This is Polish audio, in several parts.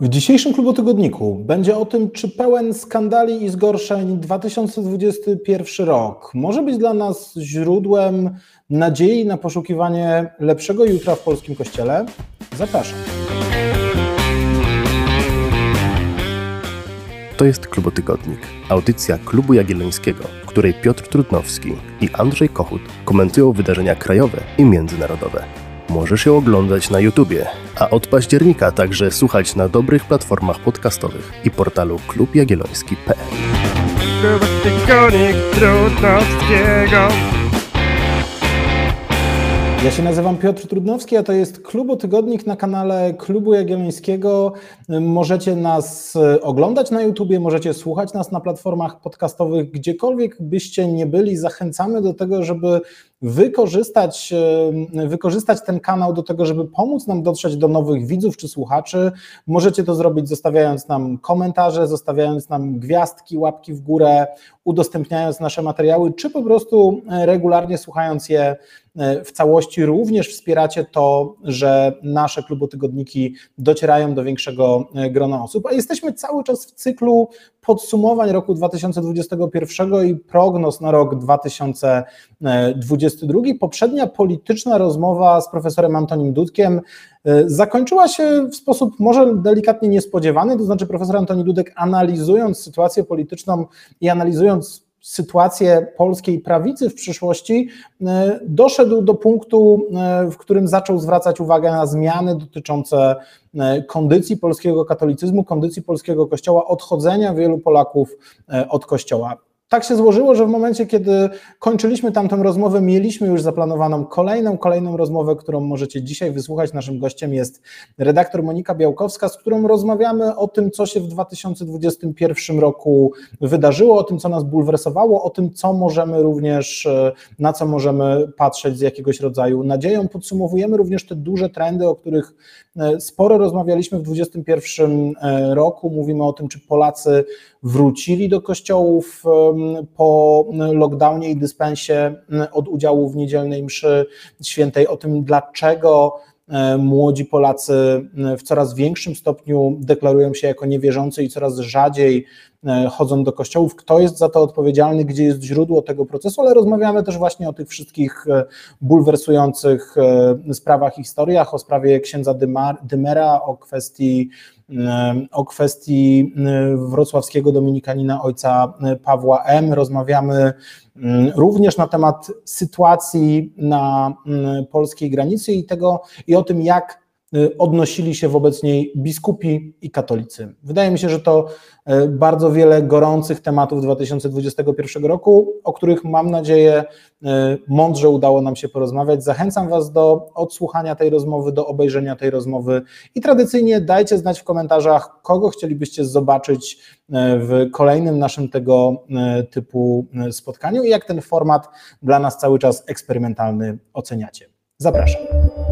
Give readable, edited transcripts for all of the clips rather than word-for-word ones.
W dzisiejszym Klubotygodniku będzie o tym, czy pełen skandali i zgorszeń 2021 rok może być dla nas źródłem nadziei na poszukiwanie lepszego jutra w polskim kościele. Zapraszam. To jest Klubotygodnik, audycja Klubu Jagiellońskiego, w której Piotr Trudnowski i Andrzej Kochut komentują wydarzenia krajowe i międzynarodowe. Możesz ją oglądać na YouTubie, a od października także słuchać na dobrych platformach podcastowych i portalu klubjagielloński.pl. Klubotygodnik Trudnowskiego. Ja się nazywam Piotr Trudnowski, a to jest Klubotygodnik na kanale Klubu Jagiellońskiego. Możecie nas oglądać na YouTubie, możecie słuchać nas na platformach podcastowych, gdziekolwiek byście nie byli. Zachęcamy do tego, żeby wykorzystać ten kanał do tego, żeby pomóc nam dotrzeć do nowych widzów czy słuchaczy. Możecie to zrobić zostawiając nam komentarze, zostawiając nam gwiazdki, łapki w górę, udostępniając nasze materiały, czy po prostu regularnie słuchając je w całości. Również wspieracie to, że nasze klubotygodniki docierają do większego grona osób, a jesteśmy cały czas w cyklu podsumowań roku 2021 i prognoz na rok 2022. Poprzednia polityczna rozmowa z profesorem Antonim Dudkiem zakończyła się w sposób może delikatnie niespodziewany, to znaczy profesor Antoni Dudek, analizując sytuację polityczną i analizując sytuację polskiej prawicy w przyszłości, doszedł do punktu, w którym zaczął zwracać uwagę na zmiany dotyczące kondycji polskiego katolicyzmu, kondycji polskiego Kościoła, odchodzenia wielu Polaków od Kościoła. Tak się złożyło, że w momencie, kiedy kończyliśmy tamtą rozmowę, mieliśmy już zaplanowaną kolejną rozmowę, którą możecie dzisiaj wysłuchać. Naszym gościem jest redaktor Monika Białkowska, z którą rozmawiamy o tym, co się w 2021 roku wydarzyło, o tym, co nas bulwersowało, o tym, co możemy również, na co możemy patrzeć z jakiegoś rodzaju nadzieją. Podsumowujemy również te duże trendy, o których sporo rozmawialiśmy w 2021 roku. Mówimy o tym, czy Polacy wrócili do kościołów po lockdownie i dyspensie od udziału w niedzielnej mszy świętej, o tym, dlaczego młodzi Polacy w coraz większym stopniu deklarują się jako niewierzący i coraz rzadziej chodzą do kościołów, kto jest za to odpowiedzialny, gdzie jest źródło tego procesu, ale rozmawiamy też właśnie o tych wszystkich bulwersujących sprawach i historiach, o sprawie księdza Dymera, o kwestii wrocławskiego dominikanina ojca Pawła M. Rozmawiamy również na temat sytuacji na polskiej granicy i o tym, jak odnosili się wobec niej biskupi i katolicy. Wydaje mi się, że to bardzo wiele gorących tematów 2021 roku, o których mam nadzieję mądrze udało nam się porozmawiać. Zachęcam Was do odsłuchania tej rozmowy, do obejrzenia tej rozmowy i tradycyjnie dajcie znać w komentarzach, kogo chcielibyście zobaczyć w kolejnym naszym tego typu spotkaniu i jak ten format dla nas cały czas eksperymentalny oceniacie. Zapraszam.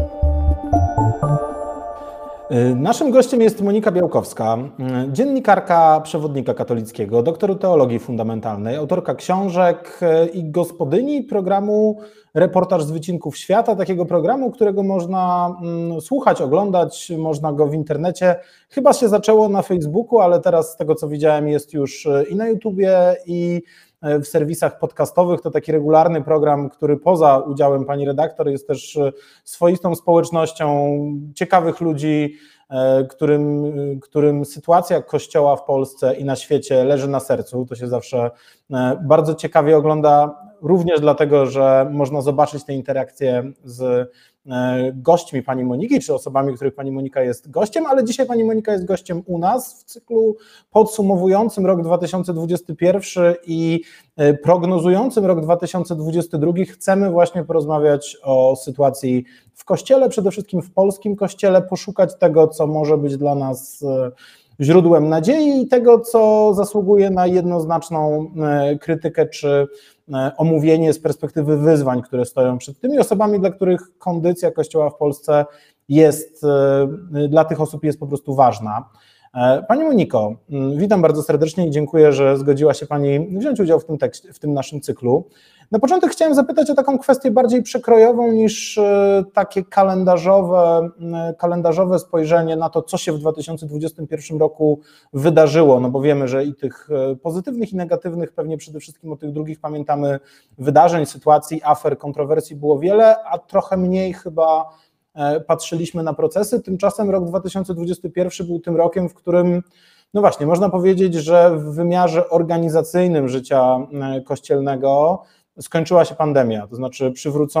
Naszym gościem jest Monika Białkowska, dziennikarka Przewodnika Katolickiego, doktor teologii fundamentalnej, autorka książek i gospodyni programu Reportaż z Wycinków Świata, takiego programu, którego można słuchać, oglądać, można go w internecie. Chyba się zaczęło na Facebooku, ale teraz z tego, co widziałem, jest już i na YouTubie, i w serwisach podcastowych. To taki regularny program, który poza udziałem pani redaktor jest też swoistą społecznością ciekawych ludzi, którym sytuacja Kościoła w Polsce i na świecie leży na sercu. To się zawsze bardzo ciekawie ogląda, również dlatego, że można zobaczyć te interakcje z gośćmi pani Moniki, czy osobami, których pani Monika jest gościem, ale dzisiaj pani Monika jest gościem u nas w cyklu podsumowującym rok 2021 i prognozującym rok 2022. Chcemy właśnie porozmawiać o sytuacji w Kościele, przede wszystkim w polskim Kościele, poszukać tego, co może być dla nas źródłem nadziei i tego, co zasługuje na jednoznaczną krytykę czy omówienie z perspektywy wyzwań, które stoją przed tymi osobami, dla których kondycja Kościoła w Polsce jest, dla tych osób jest po prostu ważna. Pani Moniko, witam bardzo serdecznie i dziękuję, że zgodziła się Pani wziąć udział w tym naszym cyklu. Na początek chciałem zapytać o taką kwestię bardziej przekrojową niż takie kalendarzowe spojrzenie na to, co się w 2021 roku wydarzyło, no bo wiemy, że i tych pozytywnych i negatywnych, pewnie przede wszystkim o tych drugich pamiętamy, wydarzeń, sytuacji, afer, kontrowersji było wiele, a trochę mniej chyba patrzyliśmy na procesy. Tymczasem rok 2021 był tym rokiem, w którym, no właśnie, można powiedzieć, że w wymiarze organizacyjnym życia kościelnego skończyła się pandemia, to znaczy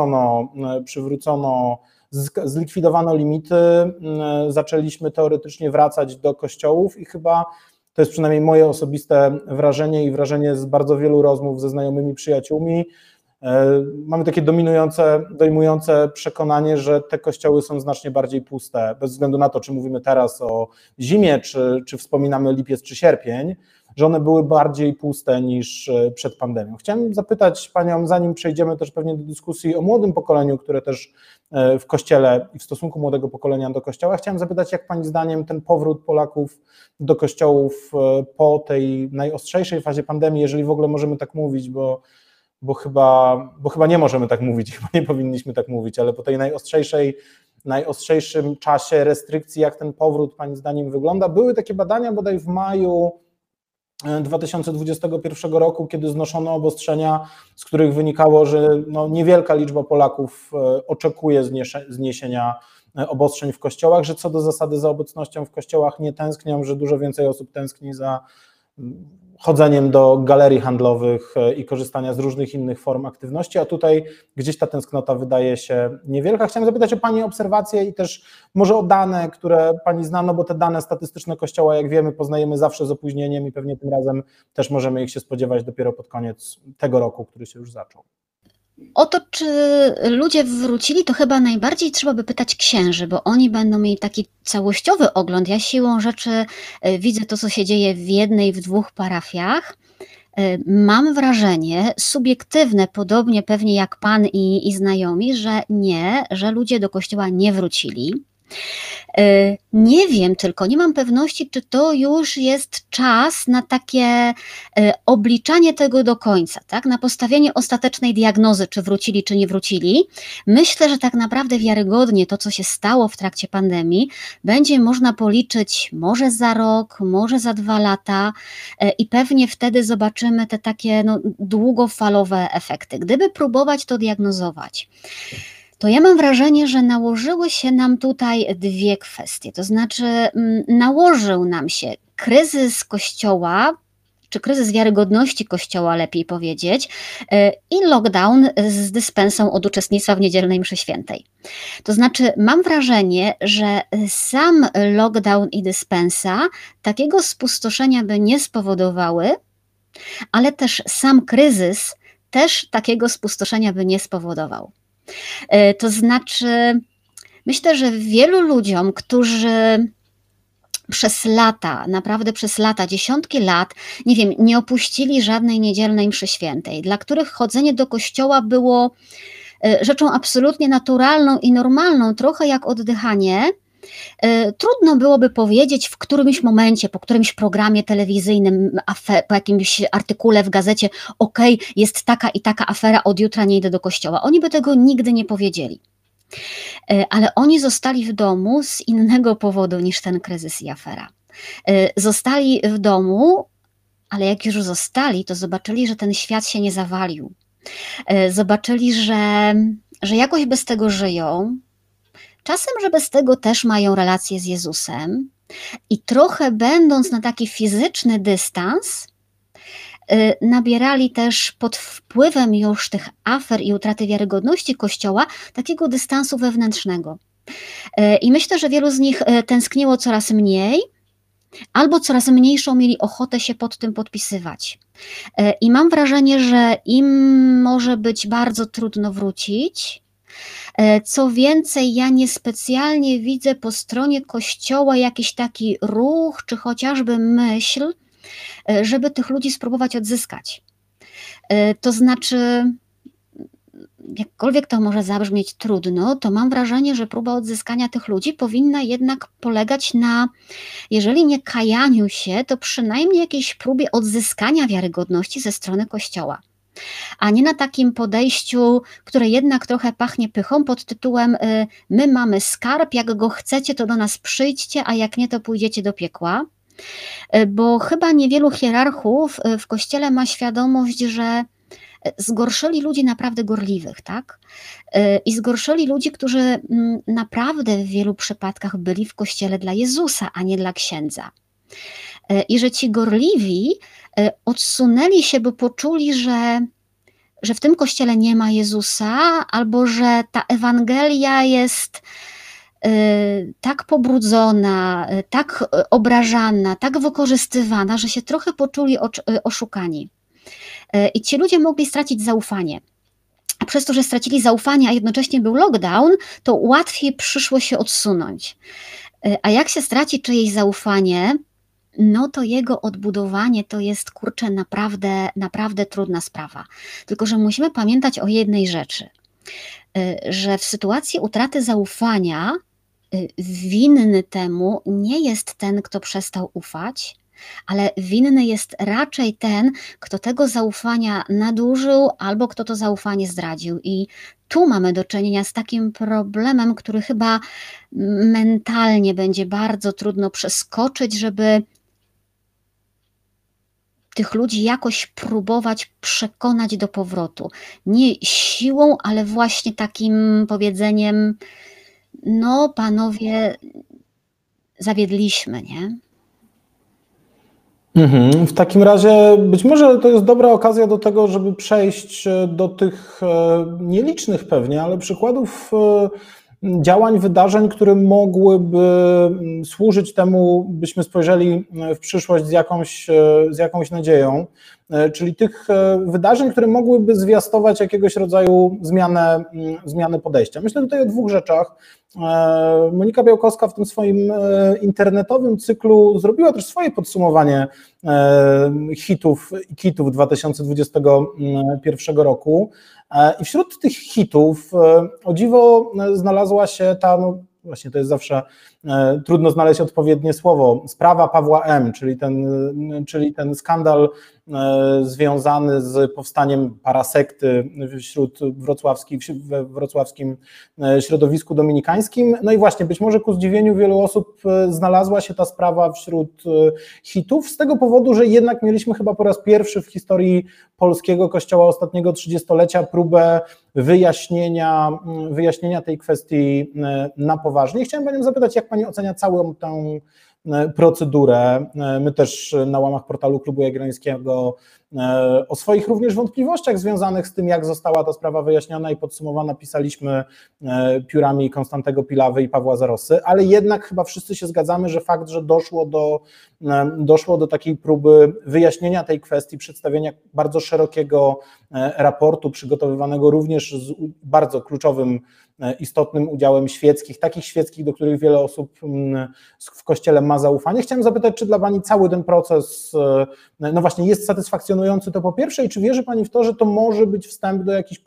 zlikwidowano limity, zaczęliśmy teoretycznie wracać do kościołów i chyba to jest przynajmniej moje osobiste wrażenie i wrażenie z bardzo wielu rozmów ze znajomymi, przyjaciółmi. Mamy takie dojmujące przekonanie, że te kościoły są znacznie bardziej puste, bez względu na to, czy mówimy teraz o zimie, czy wspominamy lipiec czy sierpień, że one były bardziej puste niż przed pandemią. Chciałem zapytać Panią, zanim przejdziemy też pewnie do dyskusji o młodym pokoleniu, które też w Kościele i w stosunku młodego pokolenia do Kościoła, chciałem zapytać, jak Pani zdaniem ten powrót Polaków do kościołów po tej najostrzejszej fazie pandemii, jeżeli w ogóle możemy tak mówić, bo chyba nie możemy tak mówić, chyba nie powinniśmy tak mówić, ale po tej najostrzejszym czasie restrykcji, jak ten powrót Pani zdaniem wygląda? Były takie badania bodaj w maju 2021 roku, kiedy znoszono obostrzenia, z których wynikało, że no niewielka liczba Polaków oczekuje zniesienia obostrzeń w kościołach, że co do zasady za obecnością w kościołach nie tęsknią, że dużo więcej osób tęskni za chodzeniem do galerii handlowych i korzystania z różnych innych form aktywności, a tutaj gdzieś ta tęsknota wydaje się niewielka. Chciałem zapytać o Pani obserwacje i też może o dane, które Pani zna, no bo te dane statystyczne Kościoła, jak wiemy, poznajemy zawsze z opóźnieniem i pewnie tym razem też możemy ich się spodziewać dopiero pod koniec tego roku, który się już zaczął. O to, czy ludzie wrócili, to chyba najbardziej trzeba by pytać księży, bo oni będą mieli taki całościowy ogląd. Ja siłą rzeczy widzę to, co się dzieje w jednej, w dwóch parafiach. Mam wrażenie, subiektywne, podobnie pewnie jak Pan i znajomi, że ludzie do kościoła nie wrócili. Nie wiem tylko, nie mam pewności, czy to już jest czas na takie obliczanie tego do końca, tak? Na postawienie ostatecznej diagnozy, czy wrócili, czy nie wrócili. Myślę, że tak naprawdę wiarygodnie to, co się stało w trakcie pandemii, będzie można policzyć może za rok, może za 2 lata i pewnie wtedy zobaczymy te takie długofalowe efekty. Gdyby próbować to diagnozować, to ja mam wrażenie, że nałożyły się nam tutaj 2 kwestie. To znaczy nałożył nam się kryzys Kościoła, czy kryzys wiarygodności Kościoła, lepiej powiedzieć, i lockdown z dyspensą od uczestnictwa w niedzielnej mszy świętej. To znaczy mam wrażenie, że sam lockdown i dyspensa takiego spustoszenia by nie spowodowały, ale też sam kryzys też takiego spustoszenia by nie spowodował. To znaczy, myślę, że wielu ludziom, którzy przez lata, naprawdę przez lata, dziesiątki lat, nie wiem, nie opuścili żadnej niedzielnej mszy świętej, dla których chodzenie do kościoła było rzeczą absolutnie naturalną i normalną, trochę jak oddychanie, trudno byłoby powiedzieć w którymś momencie, po którymś programie telewizyjnym, po jakimś artykule w gazecie, jest taka i taka afera, od jutra nie idę do kościoła. Oni by tego nigdy nie powiedzieli. Ale oni zostali w domu z innego powodu niż ten kryzys i afera. Zostali w domu, ale jak już zostali, to zobaczyli, że ten świat się nie zawalił. Zobaczyli, że jakoś bez tego żyją, czasem, że bez tego też mają relację z Jezusem i trochę będąc na taki fizyczny dystans, nabierali też pod wpływem już tych afer i utraty wiarygodności Kościoła takiego dystansu wewnętrznego. I myślę, że wielu z nich tęskniło coraz mniej, albo coraz mniejszą mieli ochotę się pod tym podpisywać. I mam wrażenie, że im może być bardzo trudno wrócić. Co więcej, ja niespecjalnie widzę po stronie Kościoła jakiś taki ruch, czy chociażby myśl, żeby tych ludzi spróbować odzyskać. To znaczy, jakkolwiek to może zabrzmieć trudno, to mam wrażenie, że próba odzyskania tych ludzi powinna jednak polegać na, jeżeli nie kajaniu się, to przynajmniej jakiejś próbie odzyskania wiarygodności ze strony Kościoła. a nie na takim podejściu, które jednak trochę pachnie pychą pod tytułem my mamy skarb, jak go chcecie, to do nas przyjdźcie, a jak nie, to pójdziecie do piekła. Bo chyba niewielu hierarchów w Kościele ma świadomość, że zgorszyli ludzi naprawdę gorliwych, tak? I zgorszyli ludzi, którzy naprawdę w wielu przypadkach byli w Kościele dla Jezusa, a nie dla księdza. I że ci gorliwi odsunęli się, bo poczuli, że w tym Kościele nie ma Jezusa, albo że ta Ewangelia jest tak pobrudzona, tak obrażana, tak wykorzystywana, że się trochę poczuli oszukani. I ci ludzie mogli stracić zaufanie. A przez to, że stracili zaufanie, a jednocześnie był lockdown, to łatwiej przyszło się odsunąć. A jak się straci czyjeś zaufanie, no to jego odbudowanie to jest, kurczę, naprawdę, naprawdę trudna sprawa. Tylko że musimy pamiętać o jednej rzeczy, że w sytuacji utraty zaufania winny temu nie jest ten, kto przestał ufać, ale winny jest raczej ten, kto tego zaufania nadużył albo kto to zaufanie zdradził. I tu mamy do czynienia z takim problemem, który chyba mentalnie będzie bardzo trudno przeskoczyć, żeby tych ludzi jakoś próbować przekonać do powrotu. Nie siłą, ale właśnie takim powiedzeniem, no panowie, zawiedliśmy, nie? W takim razie być może to jest dobra okazja do tego, żeby przejść do tych nielicznych pewnie, ale przykładów działań, wydarzeń, które mogłyby służyć temu, byśmy spojrzeli w przyszłość z jakąś nadzieją, czyli tych wydarzeń, które mogłyby zwiastować jakiegoś rodzaju zmianę podejścia. Myślę tutaj o dwóch rzeczach. Monika Białkowska w tym swoim internetowym cyklu zrobiła też swoje hitów i kitów 2021 roku i wśród tych hitów o dziwo znalazła się ta, no właśnie to jest zawsze trudno znaleźć odpowiednie słowo, sprawa Pawła M., czyli ten skandal związany z powstaniem parasekty we wrocławskim środowisku dominikańskim. No i właśnie, być może ku zdziwieniu wielu osób znalazła się ta sprawa wśród hitów, z tego powodu, że jednak mieliśmy chyba po raz pierwszy w historii polskiego kościoła ostatniego 30-lecia próbę wyjaśnienia tej kwestii na poważnie. Chciałem Panią zapytać, jak Pani ocenia całą tę procedurę. My też na łamach portalu Klubu Jagiellońskiego o swoich również wątpliwościach związanych z tym, jak została ta sprawa wyjaśniona i podsumowana, pisaliśmy piórami Konstantego Pilawy i Pawła Zarossy, ale jednak chyba wszyscy się zgadzamy, że fakt, że doszło do takiej próby wyjaśnienia tej kwestii, przedstawienia bardzo szerokiego raportu, przygotowywanego również z bardzo kluczowym, istotnym udziałem takich świeckich, do których wiele osób w Kościele ma zaufanie. Chciałem zapytać, czy dla Pani cały ten proces, no właśnie, jest satysfakcjonujący, to po pierwsze, i czy wierzy Pani w to, że to może być wstęp do jakichś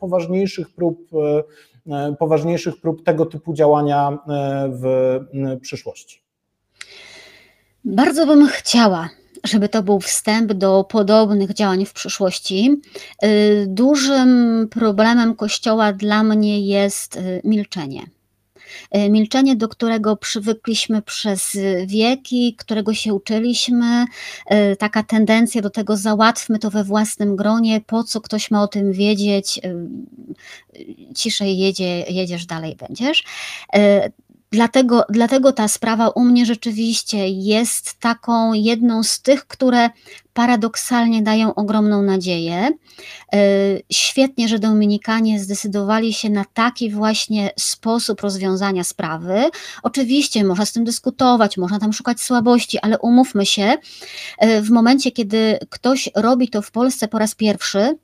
poważniejszych prób tego typu działania w przyszłości? Bardzo bym chciała, żeby to był wstęp do podobnych działań w przyszłości. Dużym problemem Kościoła dla mnie jest milczenie. Milczenie, do którego przywykliśmy przez wieki, którego się uczyliśmy, taka tendencja do tego, załatwmy to we własnym gronie, po co ktoś ma o tym wiedzieć, ciszej jedziesz, dalej będziesz. Dlatego ta sprawa u mnie rzeczywiście jest taką jedną z tych, które paradoksalnie dają ogromną nadzieję. Świetnie, że Dominikanie zdecydowali się na taki właśnie sposób rozwiązania sprawy. Oczywiście można z tym dyskutować, można tam szukać słabości, ale umówmy się, w momencie, kiedy ktoś robi to w Polsce po raz pierwszy,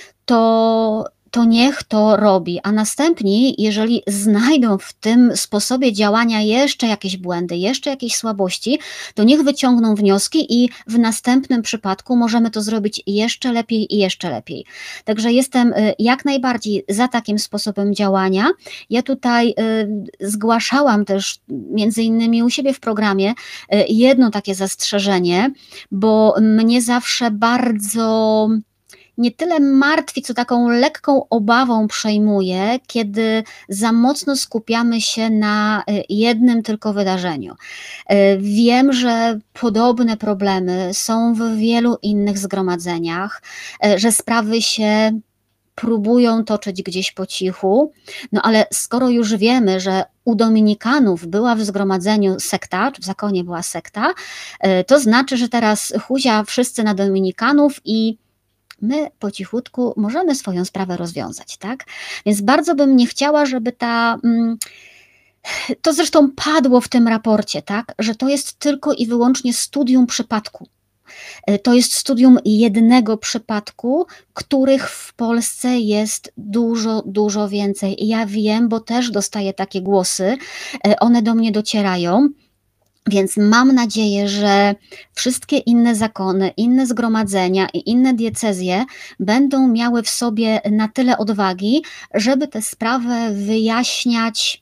to niech to robi, a następni, jeżeli znajdą w tym sposobie działania jeszcze jakieś błędy, jeszcze jakieś słabości, to niech wyciągną wnioski i w następnym przypadku możemy to zrobić jeszcze lepiej i jeszcze lepiej. Także jestem jak najbardziej za takim sposobem działania. Ja tutaj zgłaszałam też między innymi u siebie w programie jedno takie zastrzeżenie, bo mnie zawsze bardzo nie tyle martwi, co taką lekką obawą przejmuje, kiedy za mocno skupiamy się na jednym tylko wydarzeniu. Wiem, że podobne problemy są w wielu innych zgromadzeniach, że sprawy się próbują toczyć gdzieś po cichu, no ale skoro już wiemy, że u dominikanów była w zgromadzeniu sekta, czy w zakonie była sekta, to znaczy, że teraz huzia wszyscy na dominikanów i my po cichutku możemy swoją sprawę rozwiązać, tak? Więc bardzo bym nie chciała, żeby to zresztą padło w tym raporcie, tak? Że to jest tylko i wyłącznie studium przypadku. To jest studium jednego przypadku, których w Polsce jest dużo, dużo więcej. I ja wiem, bo też dostaję takie głosy, one do mnie docierają. Więc mam nadzieję, że wszystkie inne zakony, inne zgromadzenia i inne diecezje będą miały w sobie na tyle odwagi, żeby tę sprawę wyjaśniać,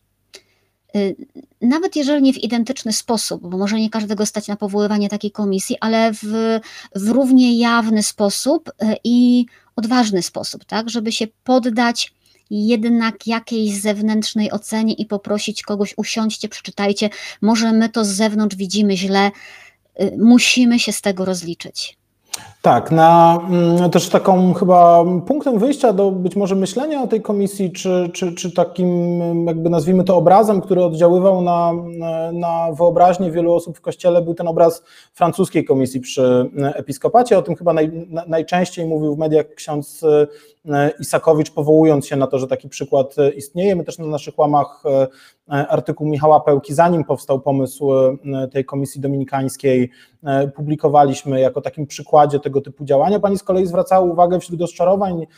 nawet jeżeli nie w identyczny sposób, bo może nie każdego stać na powoływanie takiej komisji, ale w równie jawny sposób i odważny sposób, tak, żeby się poddać jednak jakiejś zewnętrznej ocenie i poprosić kogoś, usiądźcie, przeczytajcie, może my to z zewnątrz widzimy źle, musimy się z tego rozliczyć. Tak, też taką chyba punktem wyjścia do być może myślenia o tej komisji, czy takim jakby nazwijmy to obrazem, który oddziaływał na wyobraźnię wielu osób w Kościele, był ten obraz francuskiej komisji przy episkopacie. O tym chyba najczęściej mówił w mediach ksiądz Isakowicz, powołując się na to, że taki przykład istnieje. My też na naszych łamach artykuł Michała Pełki, zanim powstał pomysł tej komisji dominikańskiej, publikowaliśmy jako takim przykładzie tego typu działania. Pani z kolei zwracała uwagę wśród rozczarowań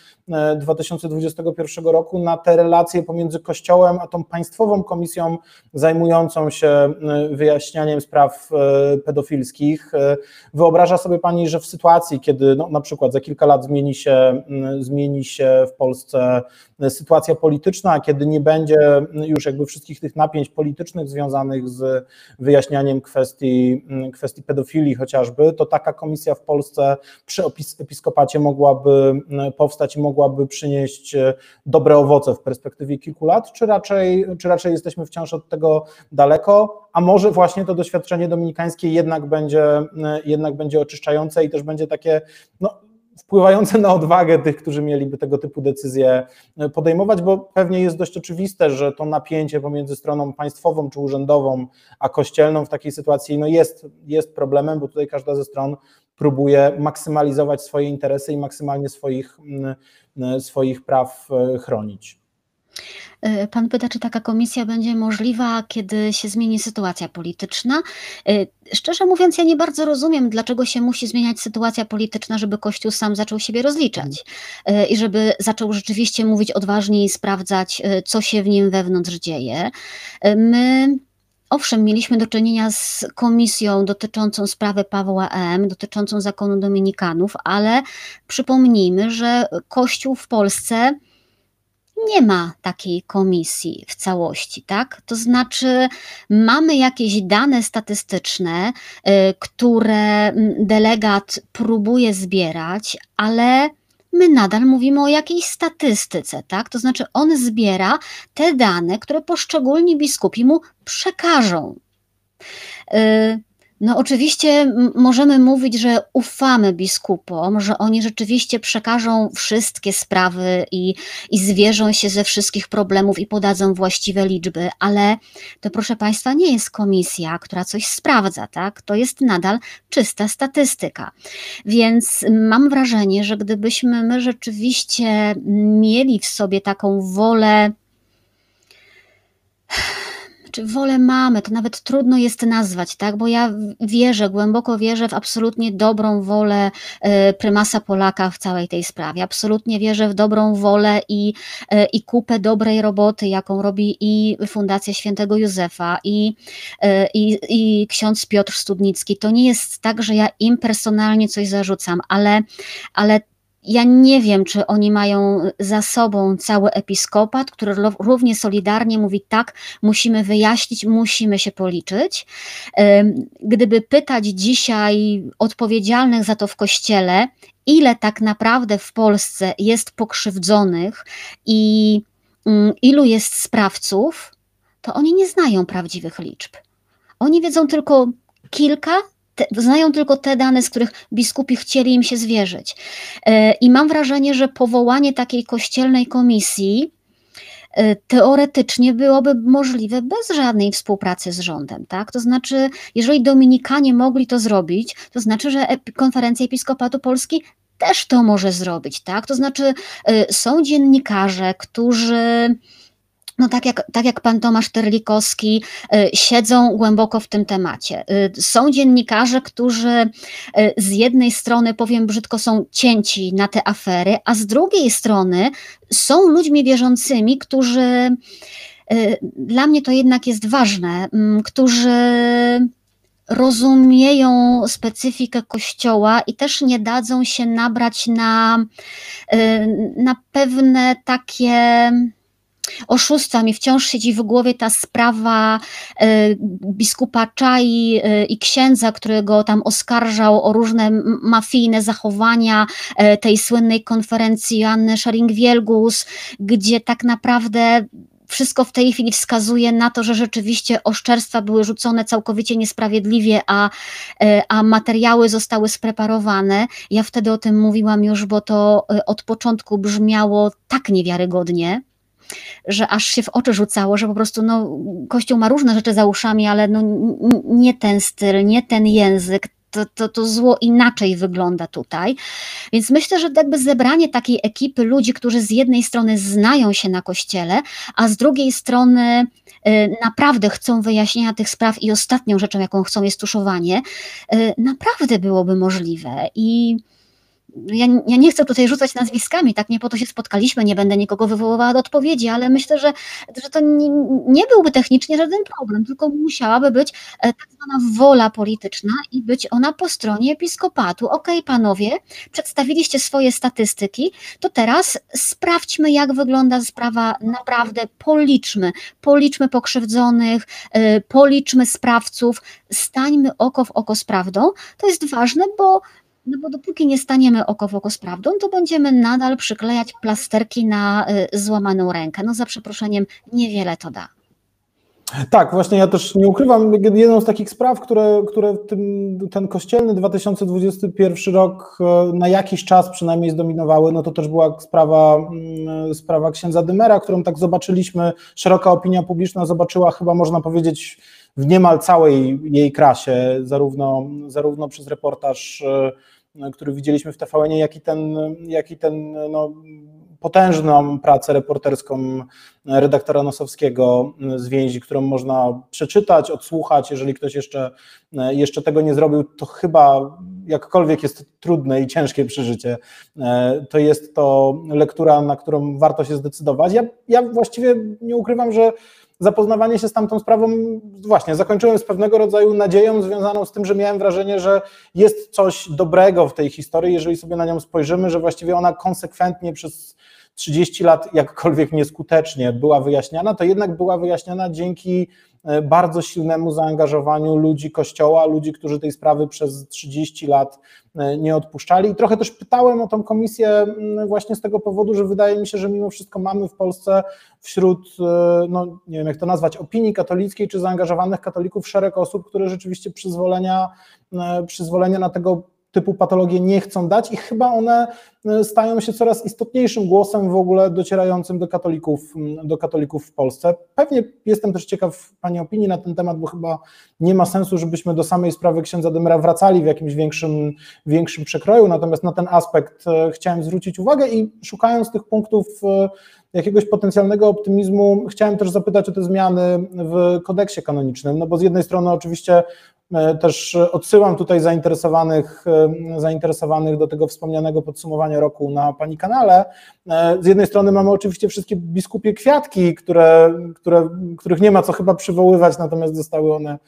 2021 roku na te relacje pomiędzy Kościołem a tą państwową komisją zajmującą się wyjaśnianiem spraw pedofilskich. Wyobraża sobie Pani, że w sytuacji, kiedy na przykład za kilka lat zmieni się w Polsce sytuacja polityczna, kiedy nie będzie już jakby wszystkich tych napięć politycznych związanych z wyjaśnianiem kwestii pedofilii chociażby, to taka komisja w Polsce przy episkopacie mogłaby powstać i mogłaby przynieść dobre owoce w perspektywie kilku lat, czy raczej jesteśmy wciąż od tego daleko, a może właśnie to doświadczenie dominikańskie jednak będzie oczyszczające i też będzie takie wpływające na odwagę tych, którzy mieliby tego typu decyzje podejmować, bo pewnie jest dość oczywiste, że to napięcie pomiędzy stroną państwową czy urzędową, a kościelną w takiej sytuacji jest problemem, bo tutaj każda ze stron próbuje maksymalizować swoje interesy i maksymalnie swoich praw chronić. Pan pyta, czy taka komisja będzie możliwa, kiedy się zmieni sytuacja polityczna. Szczerze mówiąc, ja nie bardzo rozumiem, dlaczego się musi zmieniać sytuacja polityczna, żeby Kościół sam zaczął siebie rozliczać i żeby zaczął rzeczywiście mówić odważnie i sprawdzać, co się w nim wewnątrz dzieje. My, owszem, mieliśmy do czynienia z komisją dotyczącą sprawy Pawła M., dotyczącą zakonu dominikanów, ale przypomnijmy, że Kościół w Polsce nie ma takiej komisji w całości, tak? To znaczy mamy jakieś dane statystyczne, które delegat próbuje zbierać, ale my nadal mówimy o jakiejś statystyce, tak? To znaczy on zbiera te dane, które poszczególni biskupi mu przekażą. Oczywiście możemy mówić, że ufamy biskupom, że oni rzeczywiście przekażą wszystkie sprawy i zwierzą się ze wszystkich problemów i podadzą właściwe liczby, ale to, proszę Państwa, nie jest komisja, która coś sprawdza, tak? To jest nadal czysta statystyka. Więc mam wrażenie, że gdybyśmy my rzeczywiście mieli w sobie taką wolę, czy wolę mamy, to nawet trudno jest nazwać, tak? Bo ja głęboko wierzę w absolutnie dobrą wolę prymasa Polaka w całej tej sprawie. Absolutnie wierzę w dobrą wolę i kupę dobrej roboty, jaką robi i Fundacja Świętego Józefa i ksiądz Piotr Studnicki. To nie jest tak, że ja im personalnie coś zarzucam, ale Ja nie wiem, czy oni mają za sobą cały episkopat, który równie solidarnie mówi tak, musimy wyjaśnić, musimy się policzyć. Gdyby pytać dzisiaj odpowiedzialnych za to w Kościele, ile tak naprawdę w Polsce jest pokrzywdzonych i ilu jest sprawców, to oni nie znają prawdziwych liczb. Oni wiedzą tylko kilka, znają tylko te dane, z których biskupi chcieli im się zwierzyć. I mam wrażenie, że powołanie takiej kościelnej komisji teoretycznie byłoby możliwe bez żadnej współpracy z rządem, tak? To znaczy, jeżeli Dominikanie mogli to zrobić, to znaczy, że Konferencja Episkopatu Polski też to może zrobić, tak? To znaczy, są dziennikarze, którzy no tak jak pan Tomasz Terlikowski, siedzą głęboko w tym temacie. Są dziennikarze, którzy z jednej strony, powiem brzydko, są cięci na te afery, a z drugiej strony są ludźmi wierzącymi, którzy, dla mnie to jednak jest ważne, którzy rozumieją specyfikę Kościoła i też nie dadzą się nabrać na pewne takie oszustwa. Mi wciąż siedzi w głowie ta sprawa biskupa Czai i księdza, który go tam oskarżał o różne mafijne zachowania, tej słynnej konferencji Joanny Schering-Wielgus, gdzie tak naprawdę wszystko w tej chwili wskazuje na to, że rzeczywiście oszczerstwa były rzucone całkowicie niesprawiedliwie, a materiały zostały spreparowane. Ja wtedy o tym mówiłam już, bo to od początku brzmiało tak niewiarygodnie, że aż się w oczy rzucało, że po prostu Kościół ma różne rzeczy za uszami, ale nie ten styl, nie ten język, to zło inaczej wygląda tutaj. Więc myślę, że jakby zebranie takiej ekipy ludzi, którzy z jednej strony znają się na Kościele, a z drugiej strony naprawdę chcą wyjaśnienia tych spraw i ostatnią rzeczą, jaką chcą, jest tuszowanie, naprawdę byłoby możliwe. I ja nie chcę tutaj rzucać nazwiskami, tak, nie po to się spotkaliśmy, nie będę nikogo wywoływała do odpowiedzi, ale myślę, że to nie byłby technicznie żaden problem, tylko musiałaby być tak zwana wola polityczna i być ona po stronie episkopatu. Okej, panowie, przedstawiliście swoje statystyki, to teraz sprawdźmy, jak wygląda sprawa naprawdę, policzmy pokrzywdzonych, policzmy sprawców, stańmy oko w oko z prawdą. To jest ważne, bo dopóki nie staniemy oko w oko z prawdą, to będziemy nadal przyklejać plasterki na złamaną rękę. Za przeproszeniem, niewiele to da. Tak, właśnie ja też nie ukrywam, jedną z takich spraw, które ten kościelny 2021 rok na jakiś czas przynajmniej zdominowały, to też była sprawa księdza Dymera, którą tak zobaczyliśmy, szeroka opinia publiczna zobaczyła, chyba można powiedzieć, w niemal całej jej krasie, zarówno przez reportaż, który widzieliśmy w TVN-ie, jak i ten potężną pracę reporterską redaktora Nosowskiego z Więzi, którą można przeczytać, odsłuchać. Jeżeli ktoś jeszcze tego nie zrobił, to chyba jakkolwiek jest trudne i ciężkie przeżycie, to jest to lektura, na którą warto się zdecydować. Ja właściwie nie ukrywam, że zapoznawanie się z tamtą sprawą właśnie zakończyłem z pewnego rodzaju nadzieją związaną z tym, że miałem wrażenie, że jest coś dobrego w tej historii, jeżeli sobie na nią spojrzymy, że właściwie ona konsekwentnie przez 30 lat, jakkolwiek nieskutecznie była wyjaśniana, to jednak była wyjaśniana dzięki bardzo silnemu zaangażowaniu ludzi Kościoła, ludzi, którzy tej sprawy przez 30 lat nie odpuszczali. I trochę też pytałem o tą komisję właśnie z tego powodu, że wydaje mi się, że mimo wszystko mamy w Polsce wśród, nie wiem jak to nazwać, opinii katolickiej czy zaangażowanych katolików szereg osób, które rzeczywiście przyzwolenia na tego typu patologie nie chcą dać i chyba one stają się coraz istotniejszym głosem w ogóle docierającym do katolików w Polsce. Pewnie jestem też ciekaw Pani opinii na ten temat, bo chyba nie ma sensu, żebyśmy do samej sprawy księdza Dymera wracali w jakimś większym przekroju, natomiast na ten aspekt chciałem zwrócić uwagę i szukając tych punktów jakiegoś potencjalnego optymizmu, chciałem też zapytać o te zmiany w kodeksie kanonicznym, bo z jednej strony oczywiście też odsyłam tutaj zainteresowanych do tego wspomnianego podsumowania roku na Pani kanale. Z jednej strony mamy oczywiście wszystkie biskupie kwiatki, których nie ma co chyba przywoływać, natomiast zostały one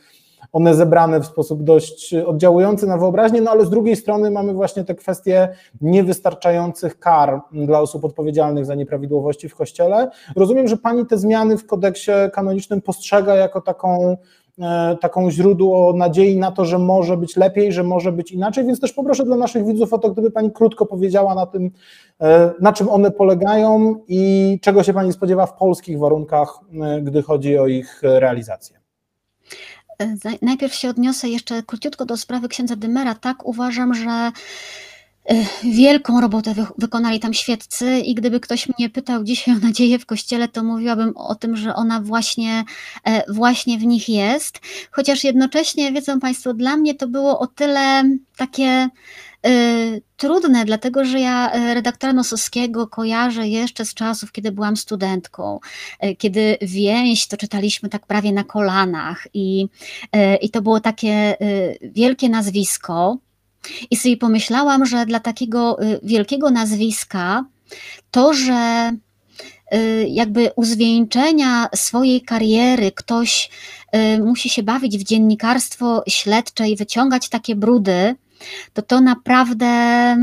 one zebrane w sposób dość oddziałujący na wyobraźnię, no ale z drugiej strony mamy właśnie te kwestie niewystarczających kar dla osób odpowiedzialnych za nieprawidłowości w Kościele. Rozumiem, że pani te zmiany w kodeksie kanonicznym postrzega jako taką źródło nadziei na to, że może być lepiej, że może być inaczej, więc też poproszę dla naszych widzów o to, gdyby pani krótko powiedziała na tym, na czym one polegają i czego się pani spodziewa w polskich warunkach, gdy chodzi o ich realizację. Najpierw się odniosę jeszcze króciutko do sprawy księdza Dymera. Tak, uważam, że wielką robotę wykonali tam świeccy i gdyby ktoś mnie pytał dzisiaj o nadzieję w Kościele, to mówiłabym o tym, że ona właśnie w nich jest, chociaż jednocześnie, wiedzą Państwo, dla mnie to było o tyle takie trudne, dlatego że ja redaktora Nosowskiego kojarzę jeszcze z czasów, kiedy byłam studentką, kiedy Więź to czytaliśmy tak prawie na kolanach i to było takie wielkie nazwisko. I sobie pomyślałam, że dla takiego wielkiego nazwiska to, że jakby u zwieńczenia swojej kariery ktoś musi się bawić w dziennikarstwo śledcze i wyciągać takie brudy, to naprawdę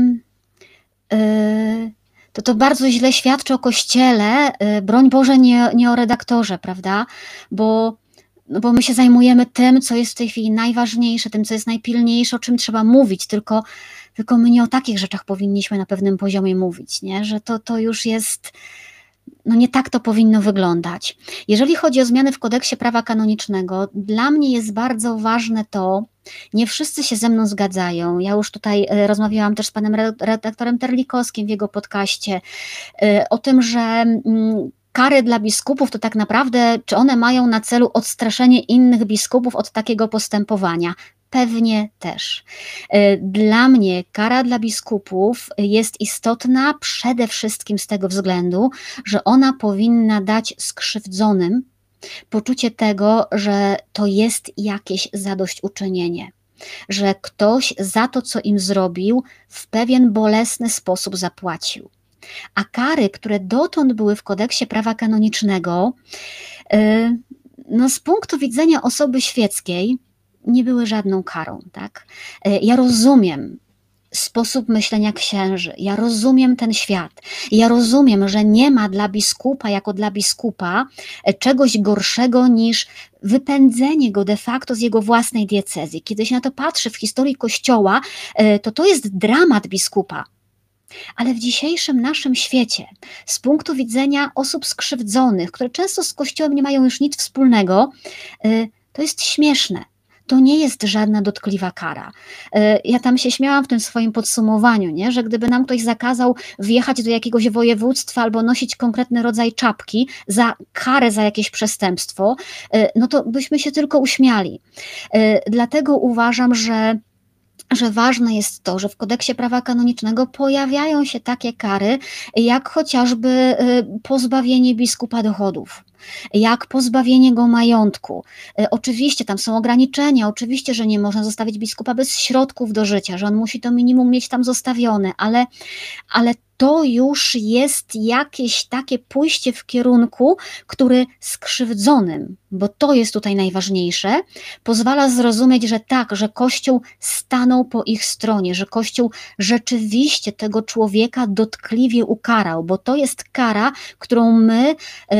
to bardzo źle świadczy o Kościele, broń Boże nie o redaktorze, prawda, bo my się zajmujemy tym, co jest w tej chwili najważniejsze, tym, co jest najpilniejsze, o czym trzeba mówić, tylko my nie o takich rzeczach powinniśmy na pewnym poziomie mówić, nie? Że to już jest, no nie tak to powinno wyglądać. Jeżeli chodzi o zmiany w kodeksie prawa kanonicznego, dla mnie jest bardzo ważne to, nie wszyscy się ze mną zgadzają. Ja już tutaj rozmawiałam też z panem redaktorem Terlikowskim w jego podcaście o tym, że kary dla biskupów to tak naprawdę, czy one mają na celu odstraszenie innych biskupów od takiego postępowania? Pewnie też. Dla mnie kara dla biskupów jest istotna przede wszystkim z tego względu, że ona powinna dać skrzywdzonym poczucie tego, że to jest jakieś zadośćuczynienie, że ktoś za to, co im zrobił, w pewien bolesny sposób zapłacił. A kary, które dotąd były w kodeksie prawa kanonicznego, no z punktu widzenia osoby świeckiej nie były żadną karą. Tak? Ja rozumiem sposób myślenia księży, ja rozumiem ten świat, ja rozumiem, że nie ma dla biskupa jako dla biskupa czegoś gorszego niż wypędzenie go de facto z jego własnej diecezji. Kiedy się na to patrzy w historii Kościoła, to jest dramat biskupa. Ale w dzisiejszym naszym świecie, z punktu widzenia osób skrzywdzonych, które często z Kościołem nie mają już nic wspólnego, to jest śmieszne. To nie jest żadna dotkliwa kara. Ja tam się śmiałam w tym swoim podsumowaniu, nie? Że gdyby nam ktoś zakazał wjechać do jakiegoś województwa albo nosić konkretny rodzaj czapki za karę za jakieś przestępstwo, no to byśmy się tylko uśmiali. Dlatego uważam, że ważne jest to, że w kodeksie prawa kanonicznego pojawiają się takie kary, jak chociażby pozbawienie biskupa dochodów, jak pozbawienie go majątku. Oczywiście tam są ograniczenia, oczywiście, że nie można zostawić biskupa bez środków do życia, że on musi to minimum mieć tam zostawione, ale to już jest jakieś takie pójście w kierunku, który skrzywdzonym, bo to jest tutaj najważniejsze, pozwala zrozumieć, że tak, że Kościół stanął po ich stronie, że Kościół rzeczywiście tego człowieka dotkliwie ukarał, bo to jest kara, którą my,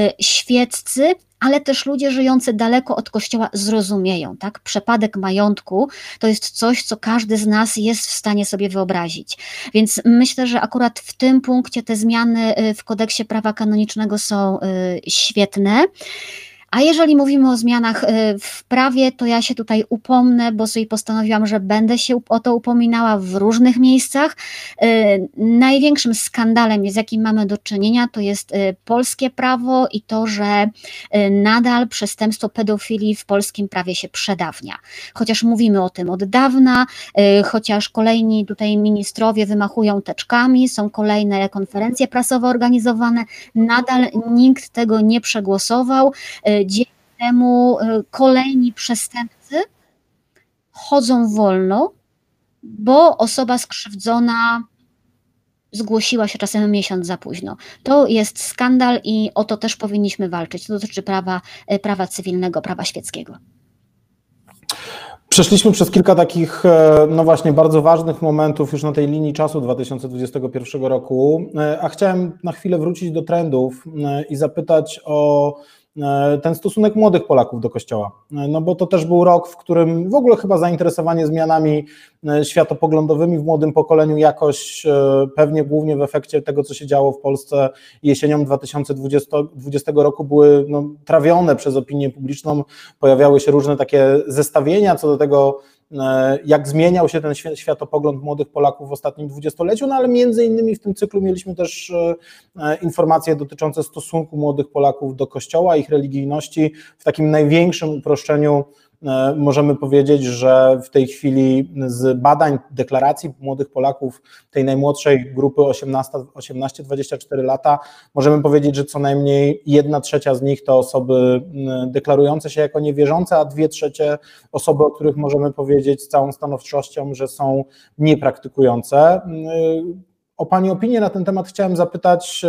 świeccy, ale też ludzie żyjący daleko od Kościoła zrozumieją. Tak? Przepadek majątku to jest coś, co każdy z nas jest w stanie sobie wyobrazić. Więc myślę, że akurat w tym punkcie te zmiany w kodeksie prawa kanonicznego są świetne. A jeżeli mówimy o zmianach w prawie, to ja się tutaj upomnę, bo sobie postanowiłam, że będę się o to upominała w różnych miejscach. Największym skandalem, z jakim mamy do czynienia, to jest polskie prawo i to, że nadal przestępstwo pedofilii w polskim prawie się przedawnia. Chociaż mówimy o tym od dawna, chociaż kolejni tutaj ministrowie wymachują teczkami, są kolejne konferencje prasowe organizowane, nadal nikt tego nie przegłosował. Dzięki temu kolejni przestępcy chodzą wolno, bo osoba skrzywdzona zgłosiła się czasem miesiąc za późno. To jest skandal i o to też powinniśmy walczyć. To dotyczy prawa cywilnego, prawa świeckiego. Przeszliśmy przez kilka takich, no właśnie, bardzo ważnych momentów już na tej linii czasu 2021 roku, a chciałem na chwilę wrócić do trendów i zapytać o ten stosunek młodych Polaków do Kościoła. No bo to też był rok, w którym w ogóle chyba zainteresowanie zmianami światopoglądowymi w młodym pokoleniu jakoś, pewnie głównie w efekcie tego, co się działo w Polsce jesienią 2020 roku, były trawione przez opinię publiczną, pojawiały się różne takie zestawienia co do tego, jak zmieniał się ten światopogląd młodych Polaków w ostatnim dwudziestoleciu, no ale między innymi w tym cyklu mieliśmy też informacje dotyczące stosunku młodych Polaków do Kościoła, ich religijności. W takim największym uproszczeniu możemy powiedzieć, że w tej chwili z badań, deklaracji młodych Polaków, tej najmłodszej grupy 18-24 lata, możemy powiedzieć, że co najmniej 1/3 z nich to osoby deklarujące się jako niewierzące, a 2/3 osoby, o których możemy powiedzieć z całą stanowczością, że są niepraktykujące. O Pani opinię na ten temat chciałem zapytać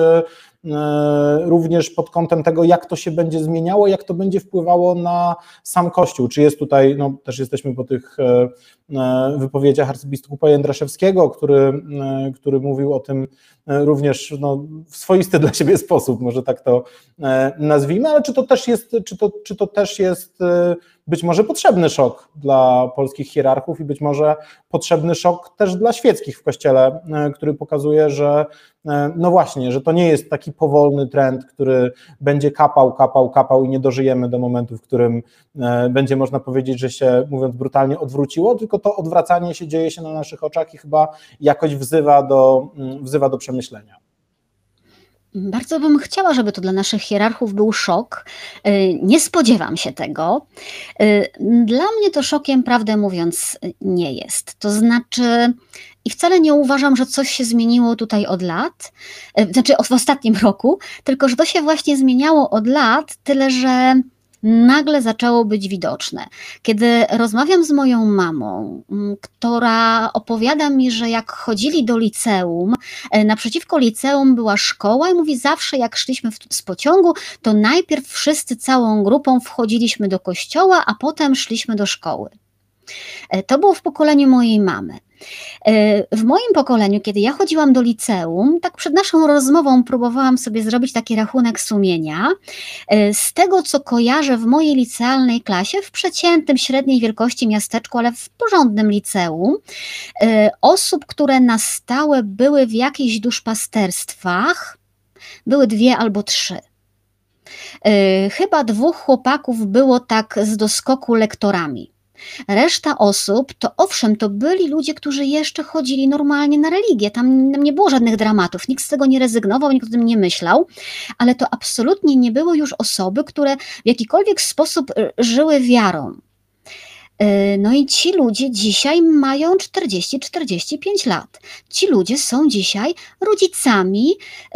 również pod kątem tego, jak to się będzie zmieniało, jak to będzie wpływało na sam Kościół. Czy jest tutaj, no też jesteśmy po tych wypowiedziach arcybiskupa Jędraszewskiego, który mówił o tym również w swoisty dla siebie sposób, może tak to nazwijmy, ale czy to też jest być może potrzebny szok dla polskich hierarchów i być może potrzebny szok też dla świeckich w Kościele, który pokazuje, że no właśnie, że to nie jest taki powolny trend, który będzie kapał i nie dożyjemy do momentu, w którym będzie można powiedzieć, że się, mówiąc brutalnie, odwróciło, tylko to odwracanie się dzieje się na naszych oczach i chyba jakoś wzywa do przemyślenia. Bardzo bym chciała, żeby to dla naszych hierarchów był szok. Nie spodziewam się tego. Dla mnie to szokiem, prawdę mówiąc, nie jest. To znaczy, i wcale nie uważam, że coś się zmieniło tutaj od lat, znaczy w ostatnim roku, tylko że to się właśnie zmieniało od lat, tyle że nagle zaczęło być widoczne. Kiedy rozmawiam z moją mamą, która opowiada mi, że jak chodzili do liceum, naprzeciwko liceum była szkoła i mówi, zawsze jak szliśmy z pociągu, to najpierw wszyscy całą grupą wchodziliśmy do kościoła, a potem szliśmy do szkoły. To było w pokoleniu mojej mamy. W moim pokoleniu, kiedy ja chodziłam do liceum, tak przed naszą rozmową próbowałam sobie zrobić taki rachunek sumienia. Z tego, co kojarzę w mojej licealnej klasie, w przeciętnym, średniej wielkości miasteczku, ale w porządnym liceum, osób, które na stałe były w jakichś duszpasterstwach, były 2 albo 3. Chyba 2 chłopaków było tak z doskoku lektorami. Reszta osób, to owszem, to byli ludzie, którzy jeszcze chodzili normalnie na religię, tam nie było żadnych dramatów, nikt z tego nie rezygnował, nikt o tym nie myślał, ale to absolutnie nie były już osoby, które w jakikolwiek sposób żyły wiarą. No i ci ludzie dzisiaj mają 40-45 lat. Ci ludzie są dzisiaj rodzicami,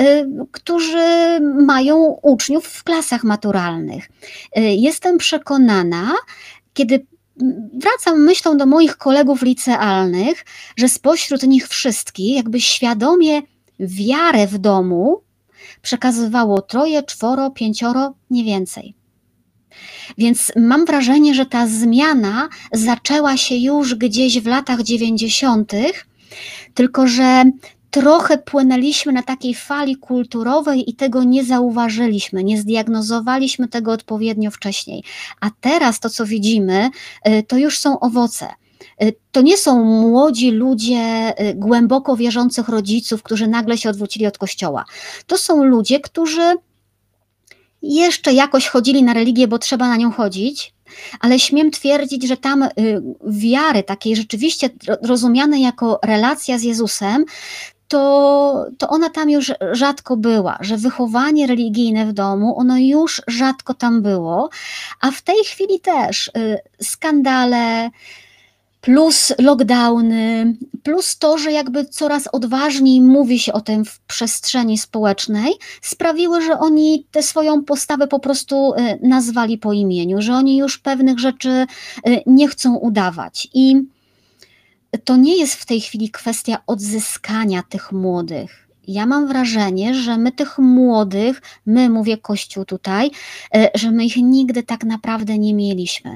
którzy mają uczniów w klasach maturalnych. Jestem przekonana, kiedy wracam myślą do moich kolegów licealnych, że spośród nich wszystkich jakby świadomie wiarę w domu przekazywało 3, 4, 5, nie więcej. Więc mam wrażenie, że ta zmiana zaczęła się już gdzieś w latach 90., tylko że trochę płynęliśmy na takiej fali kulturowej i tego nie zauważyliśmy, nie zdiagnozowaliśmy tego odpowiednio wcześniej. A teraz to, co widzimy, to już są owoce. To nie są młodzi ludzie głęboko wierzących rodziców, którzy nagle się odwrócili od Kościoła. To są ludzie, którzy jeszcze jakoś chodzili na religię, bo trzeba na nią chodzić, ale śmiem twierdzić, że tam wiary takiej rzeczywiście rozumianej jako relacja z Jezusem, to ona tam już rzadko była, że wychowanie religijne w domu, ono już rzadko tam było, a w tej chwili też skandale, plus lockdowny, plus to, że jakby coraz odważniej mówi się o tym w przestrzeni społecznej, sprawiły, że oni tę swoją postawę po prostu nazwali po imieniu, że oni już pewnych rzeczy nie chcą udawać. I to nie jest w tej chwili kwestia odzyskania tych młodych. Ja mam wrażenie, że my tych młodych, mówię Kościół tutaj, że my ich nigdy tak naprawdę nie mieliśmy.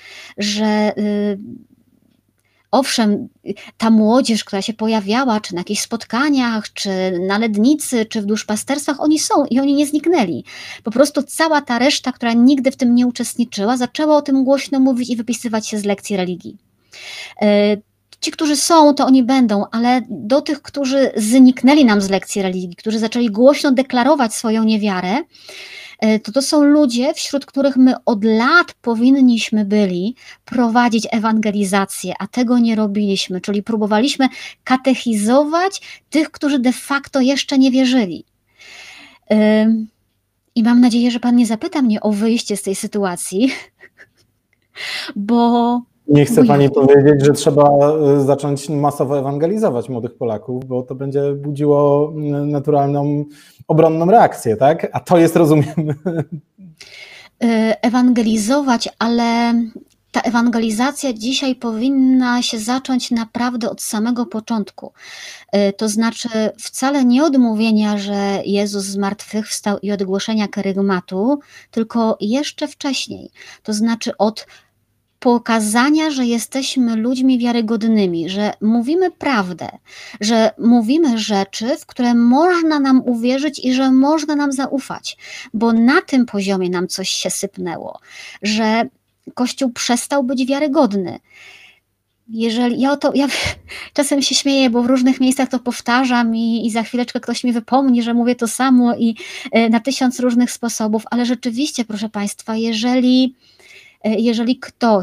że owszem, ta młodzież, która się pojawiała, czy na jakichś spotkaniach, czy na Lednicy, czy w duszpasterstwach, oni są i oni nie zniknęli. Po prostu cała ta reszta, która nigdy w tym nie uczestniczyła, zaczęła o tym głośno mówić i wypisywać się z lekcji religii. Ci, którzy są, to oni będą, ale do tych, którzy zniknęli nam z lekcji religii, którzy zaczęli głośno deklarować swoją niewiarę, to są ludzie, wśród których my od lat powinniśmy byli prowadzić ewangelizację, a tego nie robiliśmy, czyli próbowaliśmy katechizować tych, którzy de facto jeszcze nie wierzyli. I mam nadzieję, że Pan nie zapyta mnie o wyjście z tej sytuacji, bo... Nie chce Pani powiedzieć, że trzeba zacząć masowo ewangelizować młodych Polaków, bo to będzie budziło naturalną, obronną reakcję, tak? A to jest, rozumiem... Ewangelizować, ale ta ewangelizacja dzisiaj powinna się zacząć naprawdę od samego początku. To znaczy wcale nie od mówienia, że Jezus zmartwychwstał i od głoszenia kerygmatu, tylko jeszcze wcześniej. To znaczy od pokazania, że jesteśmy ludźmi wiarygodnymi, że mówimy prawdę, że mówimy rzeczy, w które można nam uwierzyć i że można nam zaufać, bo na tym poziomie nam coś się sypnęło, że Kościół przestał być wiarygodny. Ja czasem się śmieję, bo w różnych miejscach to powtarzam i za chwileczkę ktoś mi wypomni, że mówię to samo i na 1000 różnych sposobów, ale rzeczywiście, proszę Państwa, jeżeli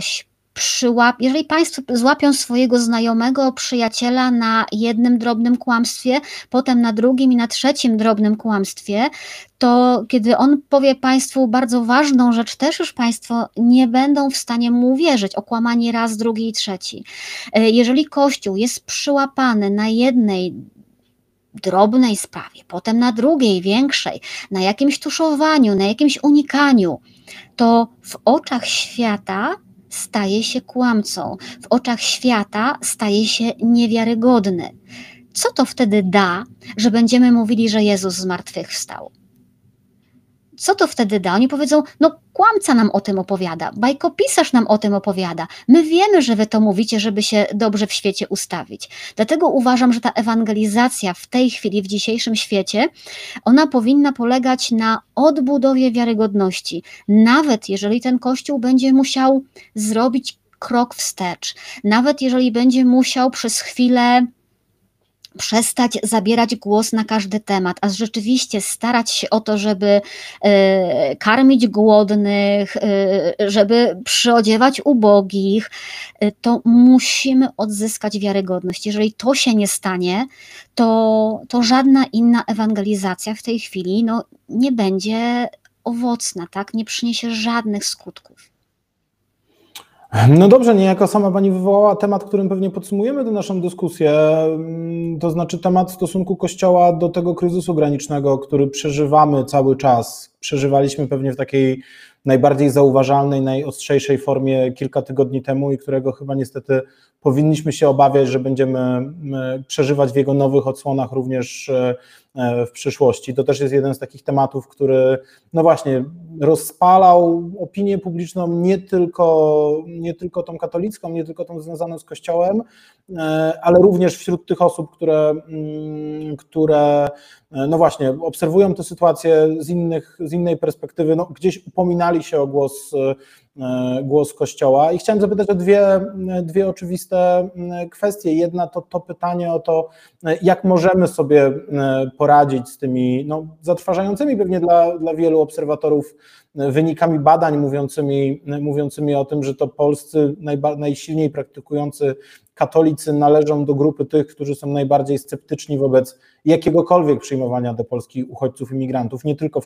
Państwo złapią swojego znajomego, przyjaciela na jednym drobnym kłamstwie, potem na drugim i na trzecim drobnym kłamstwie, to kiedy on powie Państwu bardzo ważną rzecz, też już Państwo nie będą w stanie mu uwierzyć, okłamani raz, drugi i trzeci. Jeżeli Kościół jest przyłapany na jednej drobnej sprawie, potem na drugiej, większej, na jakimś tuszowaniu, na jakimś unikaniu, to w oczach świata staje się kłamcą, w oczach świata staje się niewiarygodny. Co to wtedy da, że będziemy mówili, że Jezus zmartwychwstał? Co to wtedy da? Oni powiedzą, no kłamca nam o tym opowiada, bajkopisarz nam o tym opowiada. My wiemy, że wy to mówicie, żeby się dobrze w świecie ustawić. Dlatego uważam, że ta ewangelizacja w tej chwili, w dzisiejszym świecie, ona powinna polegać na odbudowie wiarygodności. Nawet jeżeli ten Kościół będzie musiał zrobić krok wstecz, nawet jeżeli będzie musiał przez chwilę przestać zabierać głos na każdy temat, a rzeczywiście starać się o to, żeby karmić głodnych, żeby przyodziewać ubogich, to musimy odzyskać wiarygodność. Jeżeli to się nie stanie, to żadna inna ewangelizacja w tej chwili nie będzie owocna, tak? Nie przyniesie żadnych skutków. No dobrze, niejako sama Pani wywołała temat, którym pewnie podsumujemy tę naszą dyskusję, to znaczy temat stosunku Kościoła do tego kryzysu granicznego, który przeżywamy cały czas. Przeżywaliśmy pewnie w takiej najbardziej zauważalnej, najostrzejszej formie kilka tygodni temu i którego chyba niestety powinniśmy się obawiać, że będziemy przeżywać w jego nowych odsłonach również w przyszłości. To też jest jeden z takich tematów, który no właśnie rozpalał opinię publiczną nie tylko tą katolicką, nie tylko tą związaną z Kościołem, ale również wśród tych osób, które no właśnie obserwują tę sytuację z innej perspektywy, no gdzieś upominali się o głos Kościoła. I chciałem zapytać o dwie oczywiste kwestie. Jedna to pytanie o to, jak możemy sobie poradzić z tymi zatrważającymi pewnie dla wielu obserwatorów wynikami badań mówiącymi o tym, że to polscy najsilniej praktykujący katolicy należą do grupy tych, którzy są najbardziej sceptyczni wobec jakiegokolwiek przyjmowania do Polski uchodźców, imigrantów, nie tylko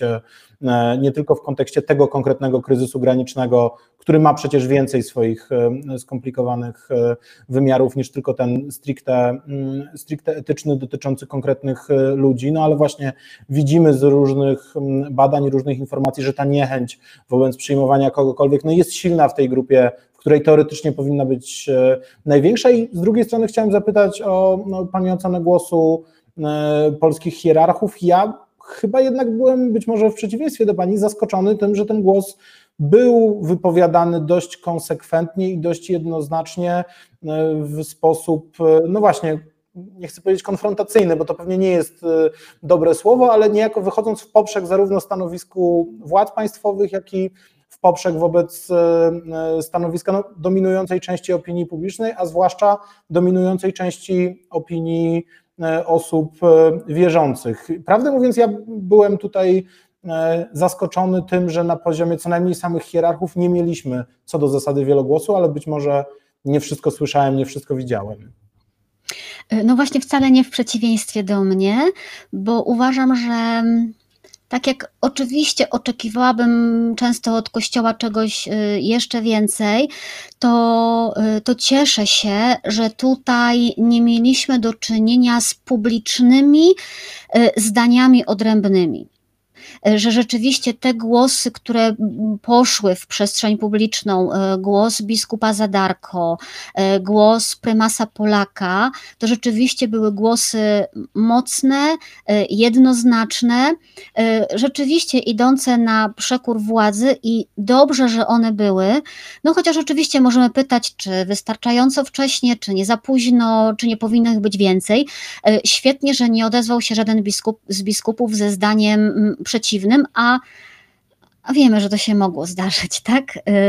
w kontekście tego konkretnego kryzysu granicznego, który ma przecież więcej swoich skomplikowanych wymiarów niż tylko ten stricte etyczny dotyczący konkretnych ludzi, no ale właśnie widzimy z różnych badań, różnych informacji, że ta niechęć wobec przyjmowania kogokolwiek jest silna w tej grupie, w której teoretycznie powinna być największa. I z drugiej strony chciałem zapytać o Pani ocenę głosu polskich hierarchów. Ja chyba jednak byłem, być może w przeciwieństwie do Pani, zaskoczony tym, że ten głos był wypowiadany dość konsekwentnie i dość jednoznacznie w sposób, no właśnie, nie chcę powiedzieć konfrontacyjny, bo to pewnie nie jest dobre słowo, ale niejako wychodząc w poprzek zarówno stanowisku władz państwowych, jak i w poprzek wobec stanowiska dominującej części opinii publicznej, a zwłaszcza dominującej części opinii osób wierzących. Prawdę mówiąc, ja byłem tutaj zaskoczony tym, że na poziomie co najmniej samych hierarchów nie mieliśmy co do zasady wielogłosu, ale być może nie wszystko słyszałem, nie wszystko widziałem. No właśnie wcale nie w przeciwieństwie do mnie, bo uważam, że tak jak oczywiście oczekiwałabym często od Kościoła czegoś jeszcze więcej, to cieszę się, że tutaj nie mieliśmy do czynienia z publicznymi zdaniami odrębnymi. Że rzeczywiście te głosy, które poszły w przestrzeń publiczną, głos biskupa Zadarko, głos prymasa Polaka, to rzeczywiście były głosy mocne, jednoznaczne, rzeczywiście idące na przekór władzy i dobrze, że one były, no chociaż oczywiście możemy pytać, czy wystarczająco wcześnie, czy nie za późno, czy nie powinno ich być więcej. Świetnie, że nie odezwał się żaden z biskupów ze zdaniem przeciwnym, a wiemy, że to się mogło zdarzyć, tak?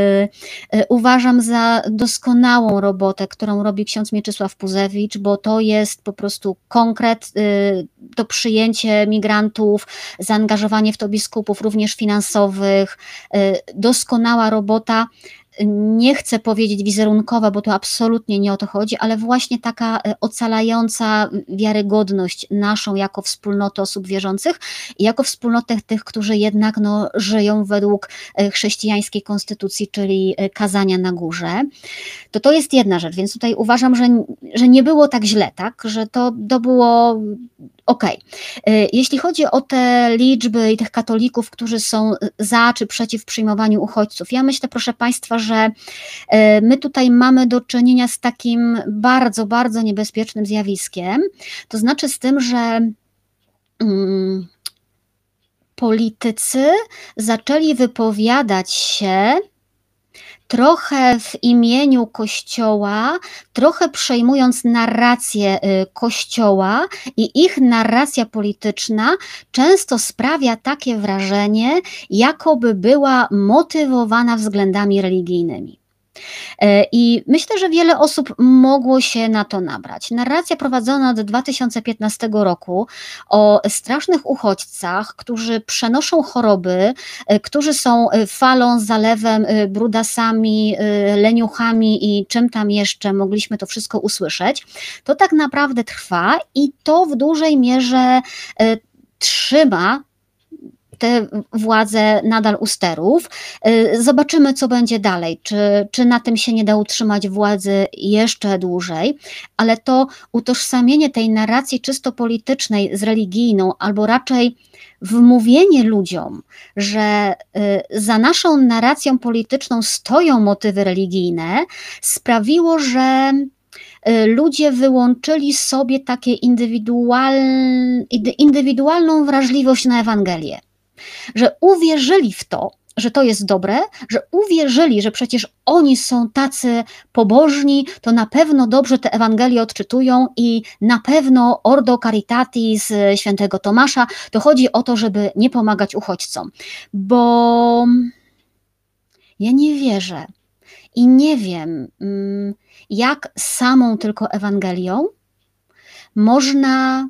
Uważam za doskonałą robotę, którą robi ksiądz Mieczysław Puzewicz, bo to jest po prostu konkret, to przyjęcie migrantów, zaangażowanie w to biskupów, również finansowych, doskonała robota. Nie chcę powiedzieć wizerunkowa, bo to absolutnie nie o to chodzi, ale właśnie taka ocalająca wiarygodność naszą jako wspólnotę osób wierzących i jako wspólnotę tych, którzy jednak żyją według chrześcijańskiej konstytucji, czyli kazania na górze. To jest jedna rzecz, więc tutaj uważam, że nie było tak źle, tak? Że to było okej. Jeśli chodzi o te liczby i tych katolików, którzy są za czy przeciw przyjmowaniu uchodźców, ja myślę, proszę Państwa, że my tutaj mamy do czynienia z takim bardzo, bardzo niebezpiecznym zjawiskiem, to znaczy z tym, że politycy zaczęli wypowiadać się trochę w imieniu Kościoła, trochę przejmując narrację Kościoła i ich narracja polityczna często sprawia takie wrażenie, jakoby była motywowana względami religijnymi. I myślę, że wiele osób mogło się na to nabrać. Narracja prowadzona od 2015 roku o strasznych uchodźcach, którzy przenoszą choroby, którzy są falą, zalewem, brudasami, leniuchami i czym tam jeszcze mogliśmy to wszystko usłyszeć, to tak naprawdę trwa i to w dużej mierze trzyma te władze nadal u sterów. Zobaczymy, co będzie dalej, czy na tym się nie da utrzymać władzy jeszcze dłużej, ale to utożsamienie tej narracji czysto politycznej z religijną, albo raczej wmówienie ludziom, że za naszą narracją polityczną stoją motywy religijne, sprawiło, że ludzie wyłączyli sobie takie indywidualną wrażliwość na Ewangelię. Że uwierzyli w to, że to jest dobre, że uwierzyli, że przecież oni są tacy pobożni, to na pewno dobrze te Ewangelie odczytują i na pewno Ordo Caritatis świętego Tomasza, to chodzi o to, żeby nie pomagać uchodźcom. Bo ja nie wierzę i nie wiem, jak samą tylko Ewangelią można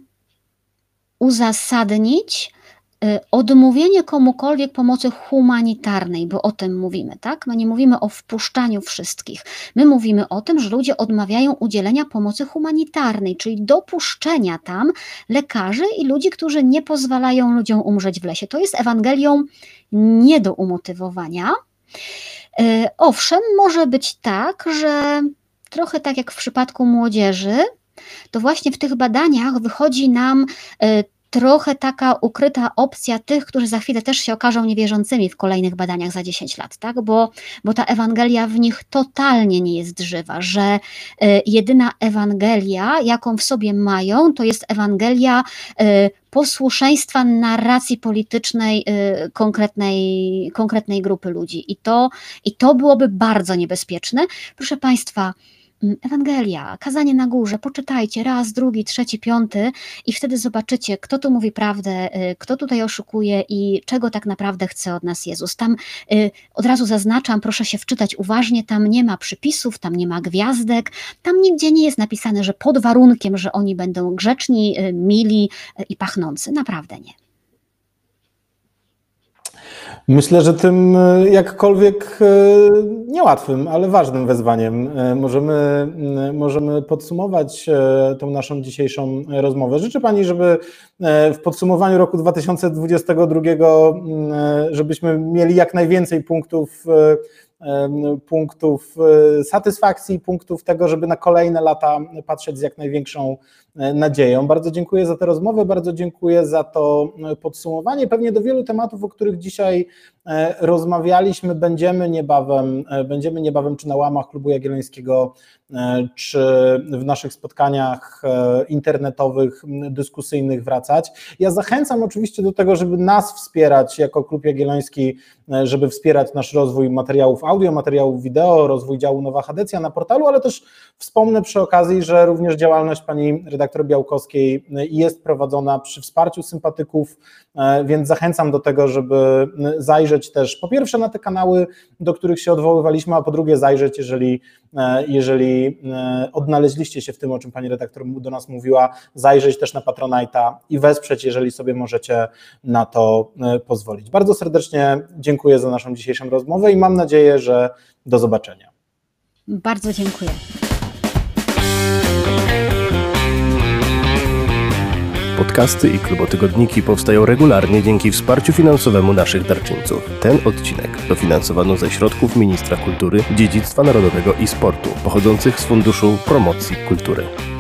uzasadnić odmówienie komukolwiek pomocy humanitarnej, bo o tym mówimy, tak? My nie mówimy o wpuszczaniu wszystkich. My mówimy o tym, że ludzie odmawiają udzielenia pomocy humanitarnej, czyli dopuszczenia tam lekarzy i ludzi, którzy nie pozwalają ludziom umrzeć w lesie. To jest Ewangelią nie do umotywowania. Owszem, może być tak, że trochę tak jak w przypadku młodzieży, to właśnie w tych badaniach wychodzi nam trochę taka ukryta opcja tych, którzy za chwilę też się okażą niewierzącymi w kolejnych badaniach za 10 lat, tak? Bo ta Ewangelia w nich totalnie nie jest żywa, że jedyna Ewangelia, jaką w sobie mają, to jest Ewangelia posłuszeństwa narracji politycznej konkretnej grupy ludzi. I to byłoby bardzo niebezpieczne. Proszę Państwa, Ewangelia, kazanie na górze, poczytajcie raz, drugi, trzeci, piąty i wtedy zobaczycie, kto tu mówi prawdę, kto tutaj oszukuje i czego tak naprawdę chce od nas Jezus. Tam od razu zaznaczam, proszę się wczytać uważnie, tam nie ma przypisów, tam nie ma gwiazdek, tam nigdzie nie jest napisane, że pod warunkiem, że oni będą grzeczni, mili i pachnący. Naprawdę nie. Myślę, że tym jakkolwiek niełatwym, ale ważnym wyzwaniem możemy podsumować tą naszą dzisiejszą rozmowę. Życzę Pani, żeby w podsumowaniu roku 2022, żebyśmy mieli jak najwięcej punktów satysfakcji, punktów tego, żeby na kolejne lata patrzeć z jak największą nadzieją. Bardzo dziękuję za tę rozmowę, bardzo dziękuję za to podsumowanie. Pewnie do wielu tematów, o których dzisiaj rozmawialiśmy, będziemy niebawem czy na łamach Klubu Jagiellońskiego, czy w naszych spotkaniach internetowych, dyskusyjnych wracać. Ja zachęcam oczywiście do tego, żeby nas wspierać jako Klub Jagielloński, żeby wspierać nasz rozwój materiałów audio, materiałów wideo, rozwój działu Nowa Hadecja na portalu, ale też wspomnę przy okazji, że również działalność pani redaktor Białkowskiej jest prowadzona przy wsparciu sympatyków, więc zachęcam do tego, żeby zajrzeć też po pierwsze na te kanały, do których się odwoływaliśmy, a po drugie zajrzeć, jeżeli odnaleźliście się w tym, o czym pani redaktor do nas mówiła, zajrzeć też na Patronite'a i wesprzeć, jeżeli sobie możecie na to pozwolić. Bardzo serdecznie dziękuję za naszą dzisiejszą rozmowę i mam nadzieję, że do zobaczenia. Bardzo dziękuję. Podcasty i klubotygodniki powstają regularnie dzięki wsparciu finansowemu naszych darczyńców. Ten odcinek dofinansowano ze środków Ministra Kultury, Dziedzictwa Narodowego i Sportu, pochodzących z Funduszu Promocji Kultury.